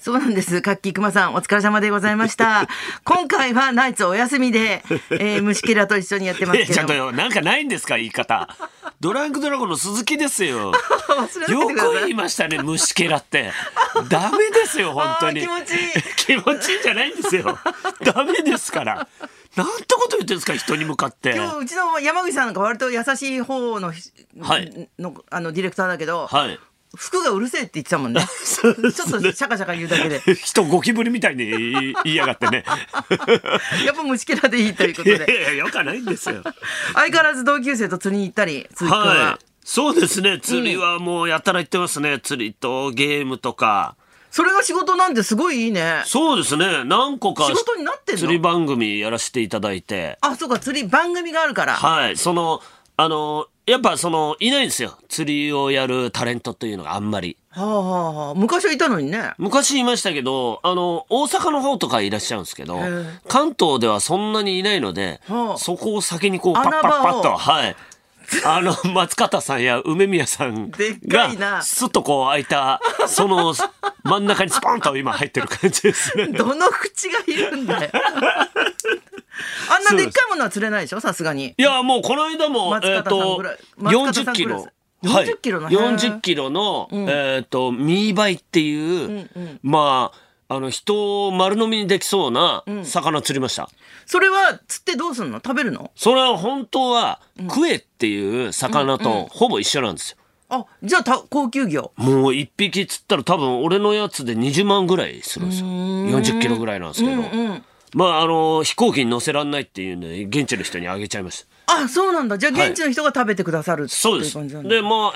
そうなんです。カッキー熊さん、お疲れ様でございました。今回はナイツお休みで、虫けらと一緒にやってますけど。 ちゃんとなんかないんですか、言い方。ドランクドラゴンの鈴木ですよ。よく言いましたね、虫けらって。ダメですよ、本当に。 気持ちいい。 気持ちいいじゃないんですよ。ダメですから。なんてこと言ってるんですか、人に向かって。 今日うちの山口さんなんか割と優しい方の、 はい、 ディレクターだけど、 はい、 服がうるせえって言ってたもんね。ちょっとシャカシャカ言うだけで。 人ゴキブリみたいに言いやがってね。 やっぱ虫けらでいいということで。 いやよくはないんですよ。 相変わらず同級生と釣りに行ったり、鈴木君は。 はい、そうですね。釣りはもうやたら行ってますね。釣りとゲームとか。 それが仕事なんてすごいいいね。 そうですね。何個か仕事になってんの？ 釣り番組やらせていただいて。 あ、そうか、釣り番組があるから。 はい。やっぱいないんですよ。釣りをやるタレントというのがあんまり。 はあはあはあ、昔はいたのにね。 昔いましたけど、大阪の方とかいらっしゃるんですけど、関東ではそんなにいないので、そこを先にこうパッパッパッと、はい。松方さんや梅宮さんがスッとこう開いたその真ん中にスポンと今入ってる感じですね。 どの口がいるんだよ。あんなでっかいものは釣れないでしょ、さすがに。 いやもうこの間も40キロ、 40キロの、 40キロのミーバイっていう、まあ人を丸飲みにできそうな魚釣りました。 それは釣ってどうするの？食べるの？ それは本当はクエっていう魚とほぼ一緒なんですよ。 あ、じゃあ高級魚。 もう1匹釣ったら多分俺のやつで20万ぐらいするんですよ。40キロぐらいなんですけど、まあ飛行機に乗せらんないっていうんで現地の人にあげちゃいました。 あ、そうなんだ。じゃあ現地の人が食べてくださるっていう感じなんだ。 でも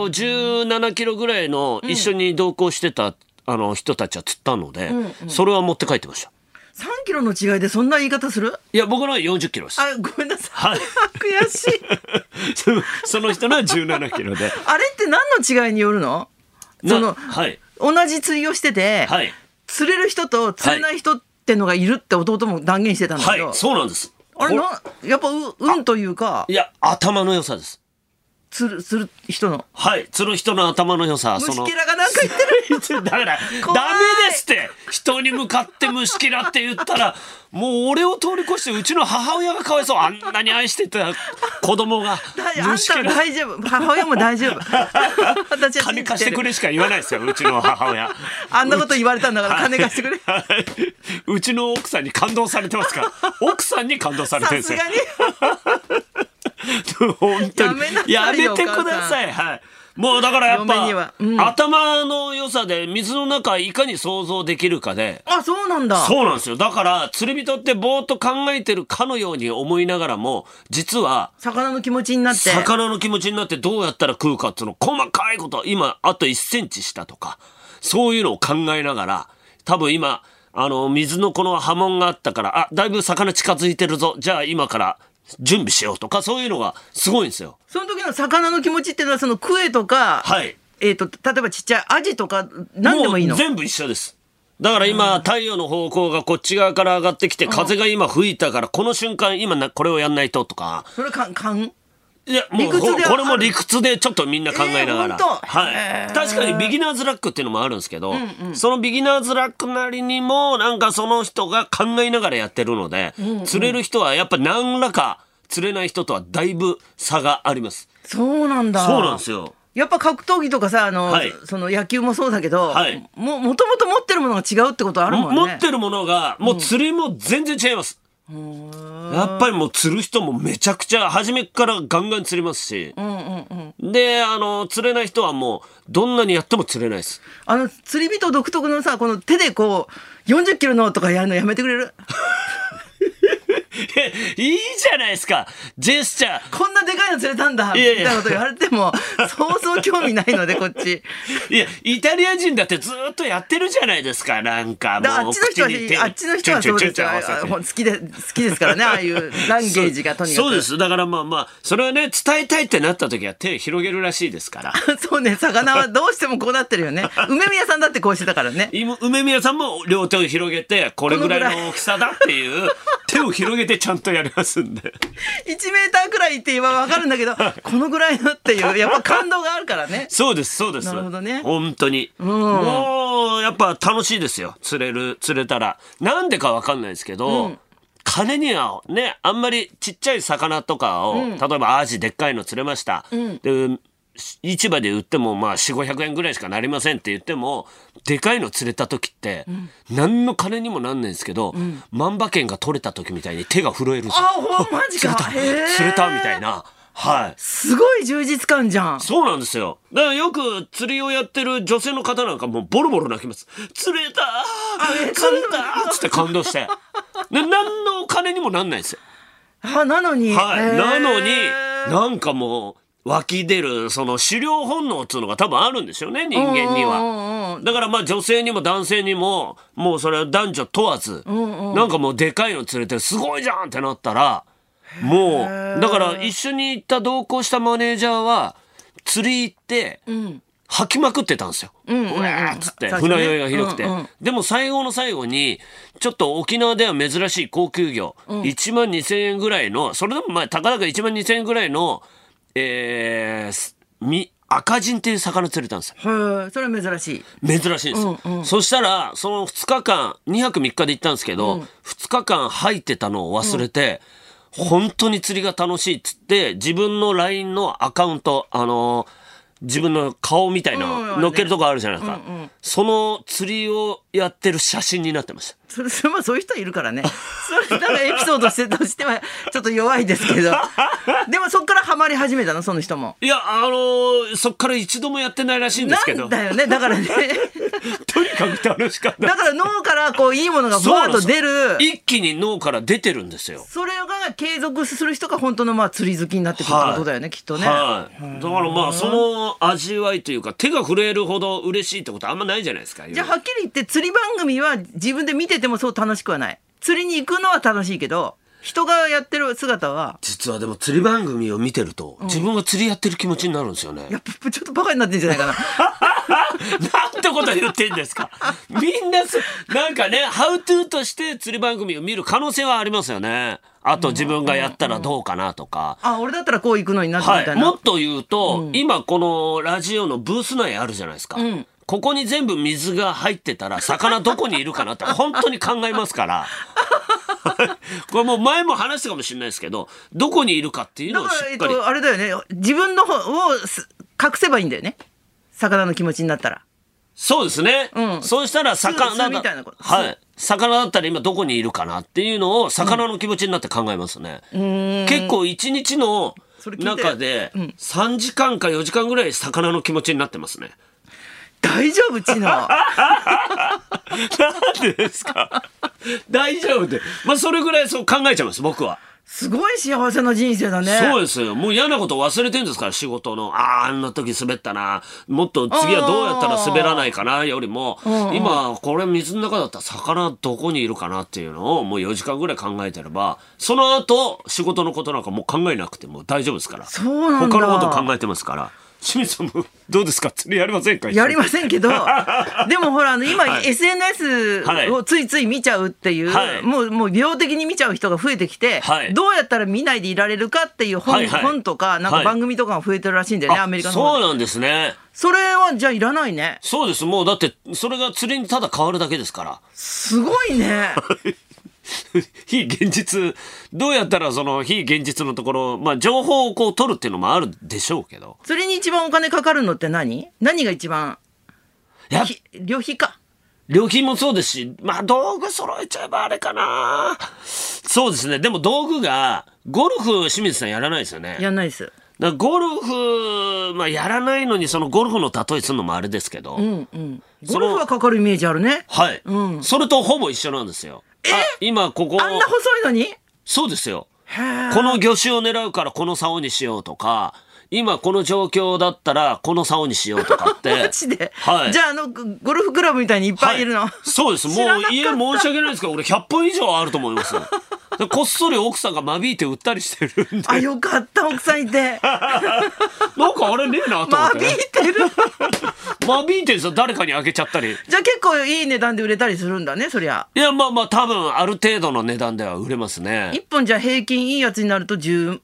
17キロぐらいの一緒に同行してた人たちは釣ったので、それは持って帰ってました。 3キロの違いでそんな言い方する？ いや僕のは40キロです。 あ、ごめんなさい。 はい、 悔しい。 その人のは17キロで。 あれって何の違いによるの？ はい、 同じ釣りをしてて、はい、釣れる人と釣れない人ってのがいるって弟も断言してたんだけど、 はい、そうなんです。 あれやっぱ運というか、 いや頭の良さです。 釣る人の、 はい、釣る人の頭の良さ。 虫けらがなんか言ってる。 だからダメですって。人に向かって虫けらって言ったらもう俺を通り越してうちの母親がかわいそう。あんなに愛してた子供が虫けら。 あんた大丈夫、母親も大丈夫。私は金貸してくれしか言わないですよ、うちの母親。 あんなこと言われたんだから金貸してくれ。 うちの奥さんに感動されてますから。奥さんに感動されてるんですよ。 さすがに本当にやめてください。はい、もうだからやっぱ、頭の良さで水の中いかに想像できるかで。 あ、そうなんだ。 そうなんですよ。だから釣り人ってぼーっと考えてるかのように思いながらも、実は魚の気持ちになってどうやったら食うかっていうの細かいこと、今あと1センチ下とかそういうのを考えながら、多分今水のこの波紋があったから、だいぶ魚近づいてるぞ、じゃあ今から準備しようとか、そういうのがすごいんですよ。 その時の魚の気持ちっていうのはそのクエとか、 はい、 例えばちっちゃいアジとか何でもいいの？ もう全部一緒です。だから今太陽の方向がこっち側から上がってきて、風が今吹いたからこの瞬間今これをやんないととか。 それ勘？ いやもうこれも理屈でちょっとみんな考えながら、はい、確かにビギナーズラックっていうのもあるんですけど、そのビギナーズラックなりにもなんかその人が考えながらやってるので、釣れる人はやっぱ何らか釣れない人とはだいぶ差があります。 そうなんだ。 そうなんですよ。 やっぱ格闘技とかさ、その野球もそうだけど、もともと持ってるものが違うってことあるもんね。 持ってるものがもう釣りも全然違います。やっぱりもう釣る人もめちゃくちゃ初めからガンガン釣りますし、で釣れない人はもうどんなにやっても釣れないです。 釣り人独特のさ、この手でこう40キロのとかやるのやめてくれる？ いいじゃないですか、ジェスチャー。 こんなでかいの釣れたんだみたいなこと言われてもそうそう興味ないのでこっち。 いやイタリア人だってずっとやってるじゃないですか。なんかもうあっちの人はそうですよ。好きですからね、ああいうランゲージがとにかく。 そうです。だからまあそれはね、伝えたいってなった時は手を広げるらしいですから。 そうね、魚はどうしてもこうなってるよね。梅宮さんだってこうしてたからね。 梅宮さんも両手を広げてこれぐらいの大きさだっていう手を広げてちゃんとやりますんで。 1メーターくらいって言えば分かるんだけど、このぐらいのっていうやっぱ感動があるからね。 そうですそうです。 なるほどね。 本当に、もうやっぱ楽しいですよ、釣れたら。なんでか分かんないですけど、金にはね、あんまりちっちゃい魚とかを、例えばアジでっかいの釣れました、で市場で売ってもまあ4、500円ぐらいしかなりませんって言っても、でかいの釣れた時って何の金にもなんないんですけど、万馬券が取れた時みたいに手が震えるんですよ。 マジか。 釣れたみたいな。はい、 すごい充実感じゃん。 そうなんですよ。だからよく釣りをやってる女性の方なんかもうボロボロ泣きます。釣れたー釣れたーつって感動して何のお金にもなんないですよ。 なのに、 なのになんかもう湧き出るその狩猟本能っていうのが多分あるんですよね、人間には。だからまあ女性にも男性にももうそれは男女問わず、なんかもうでかいの釣れてすごいじゃんってなったら、もうだから一緒に行った同行したマネージャーは釣り行って、吐きまくってたんですよ。うわーっつって船酔いがひどくて、でも最後の最後にちょっと沖縄では珍しい高級魚、1万2000円ぐらいの、それでもまあたかだか1万2000円ぐらいの赤人っていう魚釣れたんですよ。 それは珍しいんですよ、そしたらその2日間2泊3日で行ったんですけど、2日間入ってたのを忘れて、本当に釣りが楽しいっつって自分の LINE のアカウント、自分の顔みたいな載っけるとこあるじゃないですか、その釣りをやってる写真になってました。 それまあそういう人いるからね。それなんかエピソードとしてはちょっと弱いですけどでもそっからハマり始めたの、その人も。 いやそっから一度もやってないらしいんですけど。 なんだよね、だからねとにかく楽しかった。 だから脳からこういいものがふわっと出る。 一気に脳から出てるんですよ。 それが継続する人が本当のまあ釣り好きになってくるってことだよね、きっとね。 だからまあその味わいというか、手が震えるほど嬉しいってことはあんまないじゃないですか。 じゃあはっきり言って釣り番組は自分で見ててもそう楽しくはない。釣りに行くのは楽しいけど、人がやってる姿は。 実はでも釣り番組を見てると、自分が釣りやってる気持ちになるんですよね。 いやちょっとバカになってんじゃないかななんてこと言ってんですか。みんななんかね、ハウトゥーとして釣り番組を見る可能性はありますよね。あと自分がやったらどうかなとか、 俺だったらこう行くのになってみたいな、 もっと言うと、今このラジオのブース内あるじゃないですか、ここに全部水が入ってたら魚どこにいるかなって本当に考えますからこれもう前も話したかもしれないですけど、どこにいるかっていうのをしっかり、 あれだよね、自分の方を隠せばいいんだよね、魚の気持ちになったら。 そうですね、そうしたら魚みたいなこと、 魚だったら今どこにいるかなっていうのを魚の気持ちになって考えますね、結構一日の中で3時間か4時間ぐらい魚の気持ちになってますね。 大丈夫ちのなんでですか大丈夫で、まあそれぐらいそう考えちゃいます、僕は。 すごい幸せな人生だね。 そうですよ。もう嫌なこと忘れてるんですから、仕事のあんな時滑ったな、もっと次はどうやったら滑らないかなよりも、今これ水の中だったら魚どこにいるかなっていうのをもう4時間ぐらい考えてれば、その後仕事のことなんかもう考えなくても大丈夫ですから。 そうなんだ。 他のこと考えてますから。清水さんもどうですか、釣りやりませんか。 やりませんけどでもほら今、SNS をついつい見ちゃうっていう、もう病的に見ちゃう人が増えてきて、どうやったら見ないでいられるかっていう本とかなんか番組とかが増えてるらしいんだよね、アメリカの方で。 そうなんですね。 それはじゃあいらないね。 そうです、もうだってそれが釣りにただ変わるだけですから。 すごいね非現実、どうやったらその非現実のところ、まあ情報をこう取るっていうのもあるでしょうけど、 それに一番お金かかるのって何が一番。旅費か。 旅費もそうですし、まあ道具揃えちゃえばあれかな。そうですね。でも道具がゴルフ、清水さんやらないですよね。 やらないです。 だゴルフ、まあやらないのにそのゴルフの例えするのもあれですけど、 ゴルフはかかるイメージあるね。 はい、それとほぼ一緒なんですよ。今ここあんな細いのに。 そうですよ。この魚種を狙うからこの竿にしようとか、今この状況だったらこの竿にしようとかってマジで、じゃあゴルフクラブみたいにいっぱいいるの、 そうです。もう家申し訳ないですけど俺100本以上あると思いますこっそり奥さんが間引いて売ったりしてるんで。 あ、よかった奥さんいて。 なんかあれねえなと思って、ね、 間引いてる。 間引いてるさ、誰かにあげちゃったり。 じゃあ結構いい値段で売れたりするんだね、そりゃ。 いや、まあ多分ある程度の値段では売れますね。 1本じゃあ平均いいやつになると10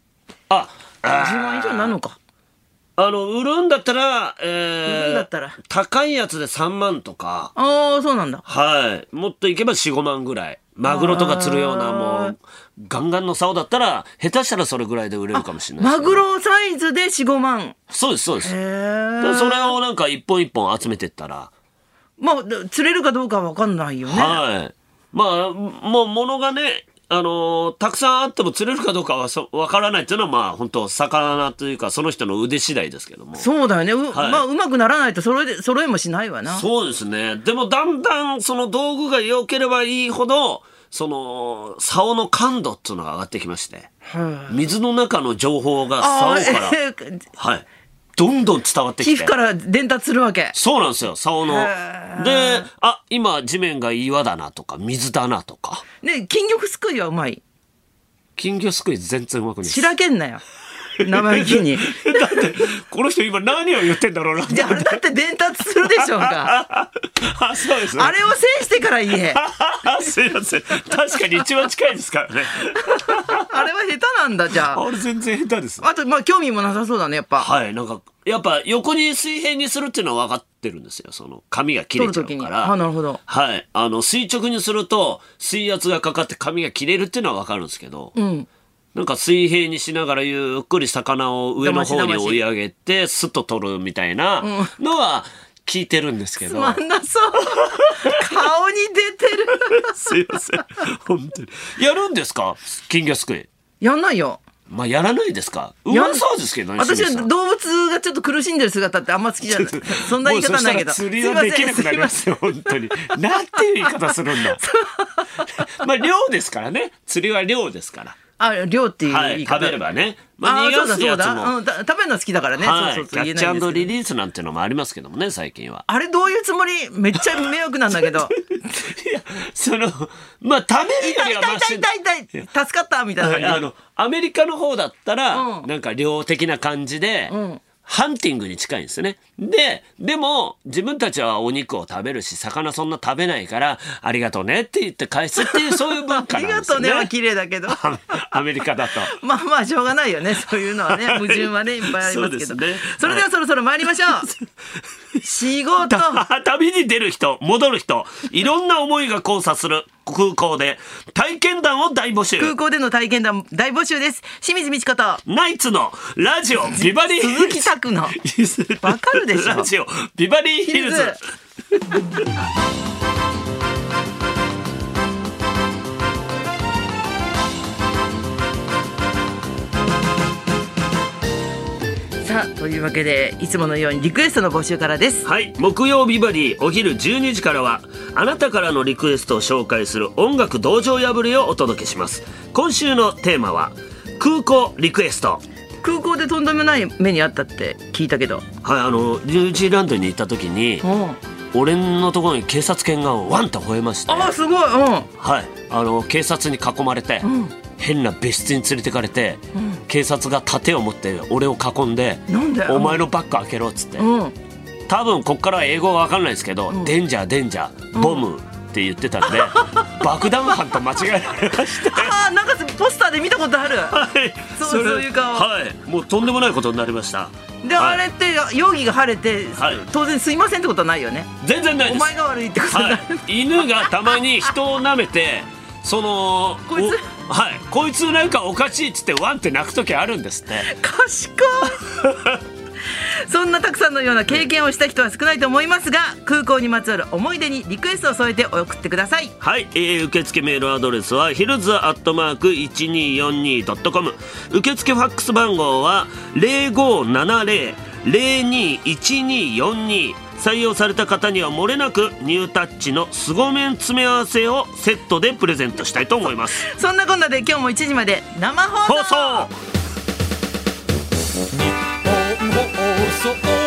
万以上なのか。 売るんだったら、高いやつで3万とか。 ああ、そうなんだ。 はい。もっといけば4、5万ぐらい。マグロとか釣るようなもうガンガンの竿だったら下手したらそれぐらいで売れるかもしれないです、ね、 マグロサイズで4、5万。 そうですそうです。それをなんか一本一本集めてったら、 まあ釣れるかどうかは分かんないよね。 はい。まあもう物がね、たくさんあっても釣れるかどうかは分からないっていうのはまあ本当魚というかその人の腕次第ですけども。 そうだよね。まあうまくならないと揃えもしないわな。 そうですね。でもだんだんその道具が良ければいいほどその竿の感度っていうのが上がってきまして、水の中の情報が竿からはい。どんどん伝わってきて皮膚から伝達するわけ。 そうなんですよ。竿ので、今地面が岩だなとか水だなとかね。金魚すくいはうまい？ 金魚すくい全然うまくないです。 しらけんなよ生意気に。 だってこの人今何を言ってんだろうな。 じゃあだって伝達するでしょうが。 そうです、ね、 あれを制してから言え。 すいません。確かに一番近いですからね。 あれは下手なんだ。じゃああれ全然下手です。 あとまあ興味もなさそうだねやっぱ。 はい。なんかやっぱ横に水平にするっていうのは分かってるんですよ。その紙が切れちゃうから。 なるほど。 はい。垂直にすると水圧がかかって紙が切れるっていうのは分かるんですけど、なんか水平にしながらゆっくり魚を上の方に追い上げてスッと取るみたいなのは聞いてるんですけど、 つまんなそう顔に出てる。 すいません本当に。やるんですか金魚すくい？ やんないよ。 まあやらないですか。うまそうですけどね。 私は動物がちょっと苦しんでる姿ってあんま好きじゃない。そんな言い方ないけど。 釣りはできなくなりますよ本当に。なんていう言い方するんだ。まあ漁ですからね。釣りは漁ですから。 漁っていう言い方、 食べればね、逃がすやつも、 食べるの好きだからね、 キャッチ&リリースなんていうのもありますけどもね、最近は。 あれどういうつもり？めっちゃ迷惑なんだけど。 いやまあ食べるよりはマシ。 痛い助かったみたいな感じ。 アメリカの方だったら、なんか漁的な感じで、ハンティングに近いんですよね。でも自分たちはお肉を食べるし魚そんな食べないからありがとうねって言って返すっていうそういう文化なんですよね。 ありがとうねは綺麗だけどアメリカだとまあしょうがないよね。そういうのはね矛盾はねいっぱいありますけど。それではそろそろ参りましょう。仕事旅に出る人戻る人いろんな思いが交差する空港で体験談を大募集。 空港での体験談大募集です。清水美智子とナイツのラジオビバリー鈴木拓のわかるでしょ。 ラジオビバリーヒルズ。 さあというわけでいつものようにリクエストの募集からです。 はい。木曜ビバリーお昼12時からはあなたからのリクエストを紹介する音楽道場破りをお届けします。今週のテーマは空港リクエスト。 空港でとんでもない目にあったって聞いたけど、 はい、ニュージーランドに行った時に俺のところに警察犬がワンと吠えまして、 すごい、 はい、警察に囲まれて、変な別室に連れてかれて、警察が盾を持って俺を囲んでお前のバッグ開けろっつって、多分こっからは英語は分かんないですけど、デンジャーデンジャーボムって言ってたんで、爆弾犯と間違えられましてなんかポスターで見たことある。はい、そういう顔。 はい、もうとんでもないことになりました。 で、あれって容疑が晴れて、当然すいませんってことはないよね。 全然ないです。 お前が悪いってことはない。 犬がたまに人を舐めてこいつなんかおかしいっつってワンって鳴く時あるんですって。 賢いそんなたくさんのような経験をした人は少ないと思いますが、空港にまつわる思い出にリクエストを添えて送ってください。 はい、受付メールアドレスはヒルズ@1242.com、 受付ファックス番号は 0570-021242。採用された方には漏れなくニュータッチの凄麺詰め合わせをセットでプレゼントしたいと思います。 そんなこんなで今日も1時まで生放送。 日本放送